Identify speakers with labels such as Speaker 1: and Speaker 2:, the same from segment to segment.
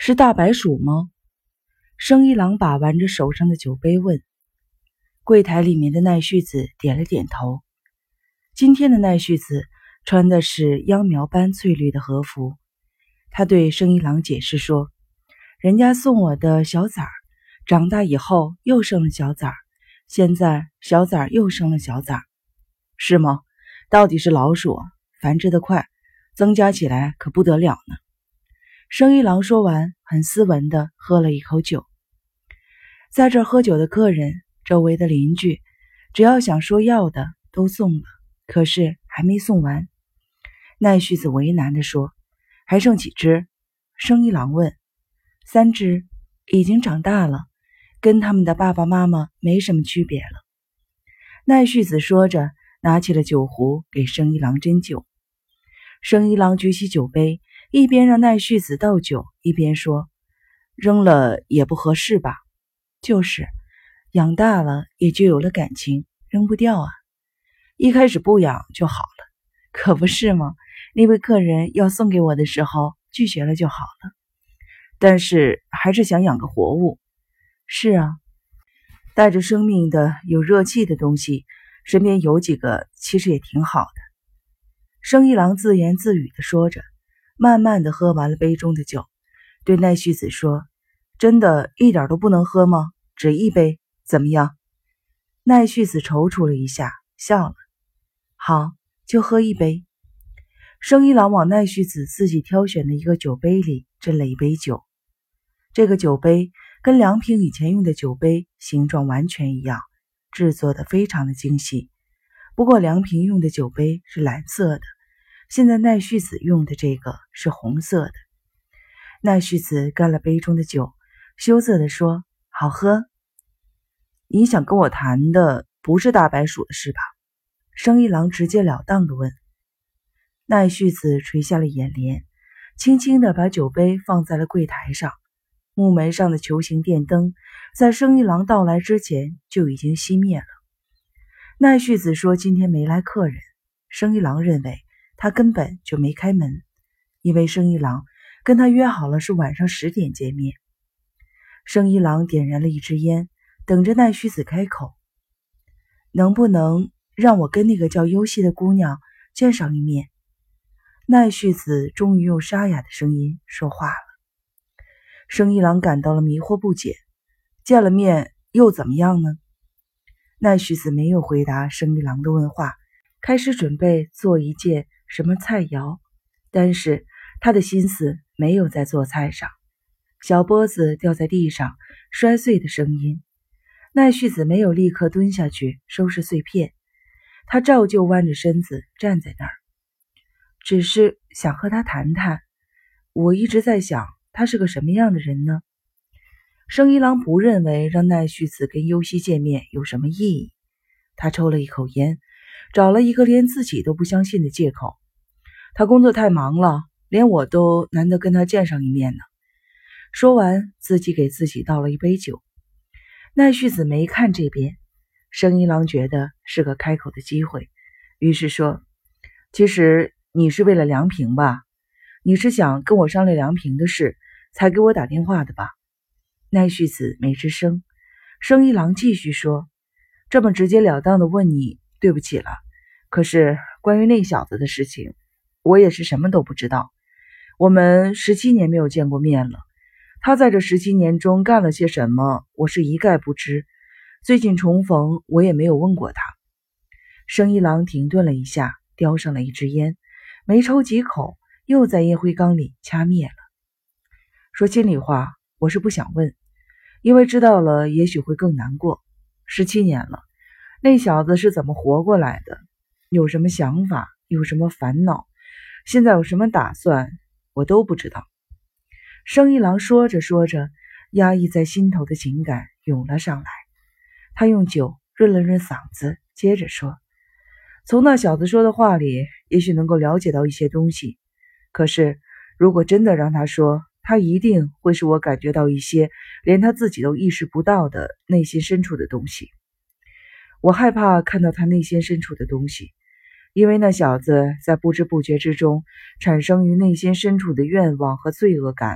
Speaker 1: 是大白鼠吗？生一郎把玩着手上的酒杯问。柜台里面的奈绪子点了点头。今天的奈绪子穿的是秧苗般翠绿的和服，他对生一郎解释说，人家送我的小崽儿长大以后又生了小崽儿，现在小崽儿又生了小崽儿。是吗？到底是老鼠啊，繁殖得快，增加起来可不得了呢。生一郎说完，很斯文地喝了一口酒。在这儿喝酒的客人，周围的邻居，只要想说要的都送了，可是还没送完。奈绪子为难地说，还剩几只？生一郎问。3只，已经长大了，跟他们的爸爸妈妈没什么区别了。奈绪子说着，拿起了酒壶给生一郎斟酒。生一郎举起酒杯，一边让奈绪子倒酒，一边说，扔了也不合适吧？就是，养大了也就有了感情，扔不掉啊。一开始不养就好了，可不是吗？那位客人要送给我的时候拒绝了就好了。但是还是想养个活物。是啊，带着生命的有热气的东西，身边有几个其实也挺好的。生一郎自言自语地说着，慢慢地喝完了杯中的酒，对奈绪子说，真的一点都不能喝吗？只一杯怎么样？奈绪子踌躇了一下，笑了。好，就喝一杯。生一郎往奈绪子自己挑选的一个酒杯里斟了一杯酒。这个酒杯跟梁平以前用的酒杯形状完全一样，制作的非常的精细。不过梁平用的酒杯是蓝色的，现在奈绪子用的这个是红色的。奈绪子干了杯中的酒，羞涩地说，好喝。你想跟我谈的不是大白鼠的事吧？生一郎直截了当地问。奈绪子垂下了眼帘，轻轻地把酒杯放在了柜台上。木门上的球形电灯在生一郎到来之前就已经熄灭了。奈绪子说今天没来客人，生一郎认为他根本就没开门，因为生一郎跟他约好了是晚上10点见面。生一郎点燃了一支烟，等着奈绪子开口，能不能让我跟那个叫优希的姑娘见上一面？奈绪子终于用沙哑的声音说话了。生一郎感到了迷惑不解，见了面又怎么样呢？奈绪子没有回答生一郎的问话，开始准备做一件什么菜肴，但是他的心思没有在做菜上。小钵子掉在地上，摔碎的声音。奈绪子没有立刻蹲下去收拾碎片，他照旧弯着身子站在那儿，只是想和他谈谈。我一直在想他是个什么样的人呢？生一郎不认为让奈绪子跟优希见面有什么意义。他抽了一口烟，找了一个连自己都不相信的借口。他工作太忙了，连我都难得跟他见上一面呢。说完，自己给自己倒了一杯酒。奈绪子没看这边，生一郎觉得是个开口的机会，于是说，其实你是为了梁平吧？你是想跟我商量梁平的事，才给我打电话的吧？奈绪子没吱声。生一郎继续说，这么直截了当的问你，对不起了。可是关于那小子的事情，我也是什么都不知道。我们17年没有见过面了，他在这17年中干了些什么，我是一概不知。最近重逢，我也没有问过他。生一郎停顿了一下，叼上了一支烟，没抽几口，又在烟灰缸里掐灭了。说心里话，我是不想问，因为知道了也许会更难过。17年了，那小子是怎么活过来的？有什么想法？有什么烦恼？现在有什么打算？我都不知道。生一郎说着说着，压抑在心头的情感涌了上来。他用酒润了润嗓子，接着说，从那小子说的话里，也许能够了解到一些东西。可是如果真的让他说，他一定会使我感觉到一些连他自己都意识不到的内心深处的东西。我害怕看到他内心深处的东西，因为那小子在不知不觉之中产生于内心深处的愿望和罪恶感，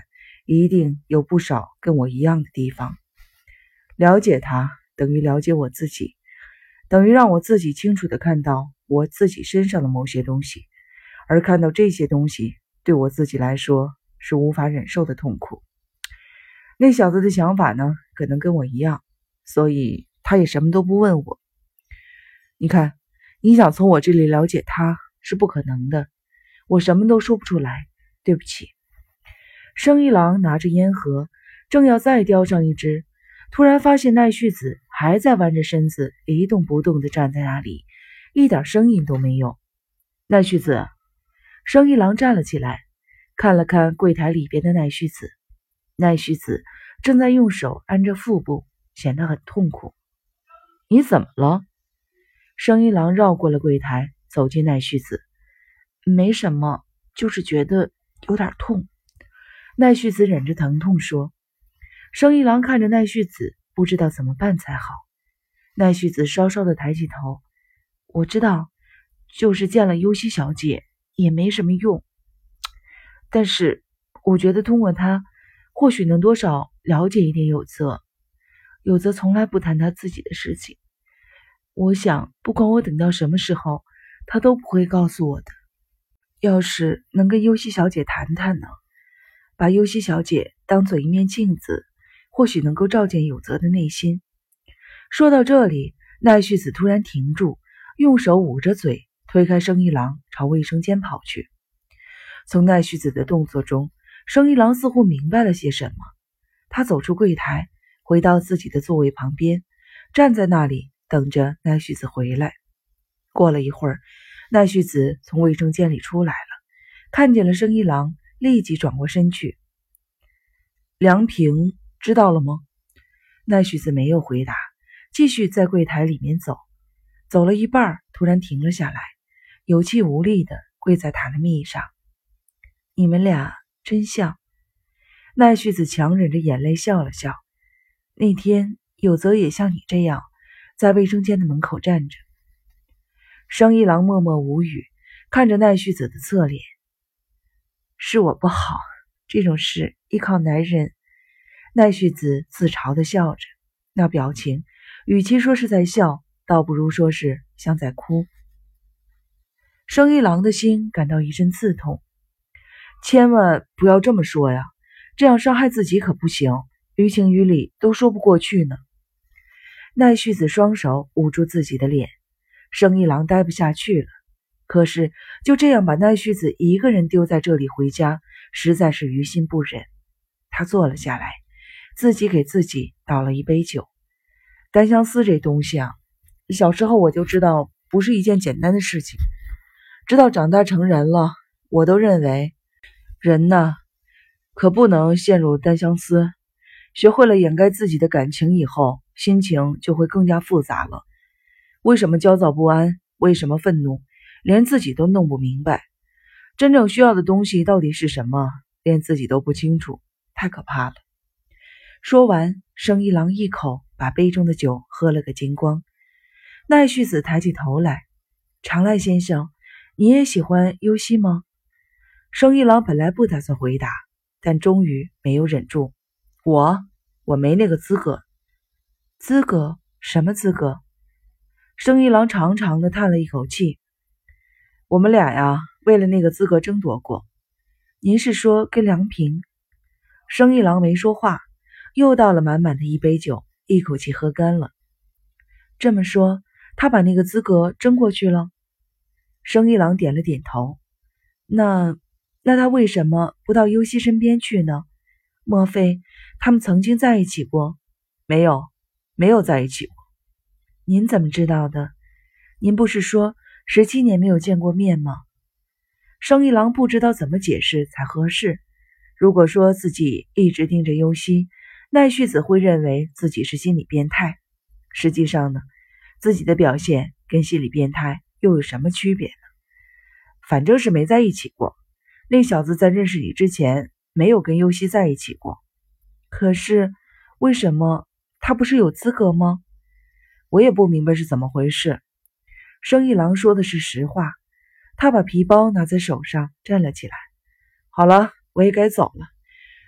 Speaker 1: 一定有不少跟我一样的地方。了解他等于了解我自己，等于让我自己清楚地看到我自己身上的某些东西，而看到这些东西对我自己来说是无法忍受的痛苦。那小子的想法呢，可能跟我一样，所以他也什么都不问我。你看，你想从我这里了解他是不可能的，我什么都说不出来，对不起。生一郎拿着烟盒，正要再叼上一支，突然发现奈绪子还在弯着身子一动不动地站在那里，一点声音都没有。奈绪子，生一郎站了起来，看了看柜台里边的奈绪子。奈绪子正在用手按着腹部，显得很痛苦。你怎么了？生一郎绕过了柜台，走进奈绪子。没什么，就是觉得有点痛。奈绪子忍着疼痛说。生一郎看着奈绪子，不知道怎么办才好。奈绪子稍稍的抬起头，我知道，就是见了优希小姐也没什么用，但是我觉得通过她或许能多少了解一点有泽。有泽从来不谈他自己的事情，我想不管我等到什么时候，他都不会告诉我的。要是能跟优希小姐谈谈呢，把优希小姐当做一面镜子，或许能够照见有泽的内心。说到这里，奈绪子突然停住，用手捂着嘴，推开生一郎朝卫生间跑去。从奈绪子的动作中，生一郎似乎明白了些什么。他走出柜台，回到自己的座位旁边，站在那里等着奈绪子回来。过了一会儿，奈绪子从卫生间里出来了，看见了生一郎，立即转过身去。梁平知道了吗？奈绪子没有回答，继续在柜台里面走。走了一半，突然停了下来，有气无力地跪在榻榻米上。你们俩真像。奈绪子强忍着眼泪笑了笑。那天有泽也像你这样，在卫生间的门口站着。生一郎默默无语，看着奈绪子的侧脸。是我不好，这种事依靠男人。奈绪子自嘲地笑着，那表情与其说是在笑，倒不如说是像在哭。生一郎的心感到一阵刺痛。千万不要这么说呀，这样伤害自己可不行，于情于理都说不过去呢。奈绪子双手捂住自己的脸，生一郎待不下去了。可是就这样把奈绪子一个人丢在这里回家，实在是于心不忍。他坐了下来，自己给自己倒了一杯酒。单相思这东西啊，小时候我就知道不是一件简单的事情，直到长大成人了，我都认为人呢，可不能陷入单相思。学会了掩盖自己的感情以后，心情就会更加复杂了。为什么焦躁不安？为什么愤怒？连自己都弄不明白。真正需要的东西到底是什么？连自己都不清楚，太可怕了。说完，生一郎一口把杯中的酒喝了个精光。奈绪子抬起头来，长濑先生，你也喜欢优希吗？生一郎本来不打算回答，但终于没有忍住。我没那个资格。资格？什么资格？生一郎长长的叹了一口气。我们俩呀，为了那个资格争夺过。您是说跟梁平？生一郎没说话，又倒了满满的一杯酒，一口气喝干了。这么说，他把那个资格争过去了？生一郎点了点头。那他为什么不到优希身边去呢？莫非他们曾经在一起过？没有在一起过。您怎么知道的？您不是说17年没有见过面吗？生一郎不知道怎么解释才合适。如果说自己一直盯着优希，奈绪子会认为自己是心理变态。实际上呢，自己的表现跟心理变态又有什么区别呢？反正是没在一起过。那小子在认识你之前没有跟优希在一起过。可是为什么他不是有资格吗？我也不明白是怎么回事。生一郎说的是实话。他把皮包拿在手上，站了起来。好了，我也该走了。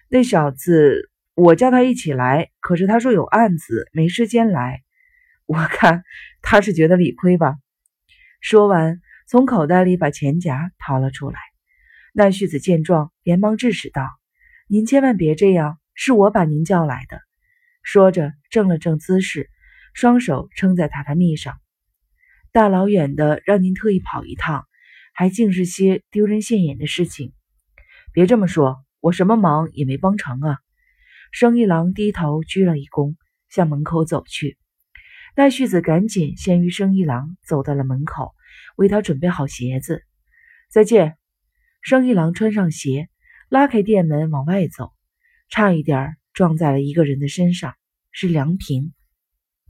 Speaker 1: 那小子，我叫他一起来，可是他说有案子，没时间来。我看他是觉得理亏吧。说完，从口袋里把钱夹掏了出来。奈绪子见状，连忙制止道：“您千万别这样，是我把您叫来的。”说着，正了正姿势，双手撑在榻榻米上。大老远的让您特意跑一趟，还尽是些丢人现眼的事情。别这么说，我什么忙也没帮成啊。生一郎低头鞠了一躬，向门口走去。奈绪子赶紧先于生一郎走到了门口，为他准备好鞋子。再见。生一郎穿上鞋，拉开店门往外走，差一点撞在了一个人的身上，是梁平。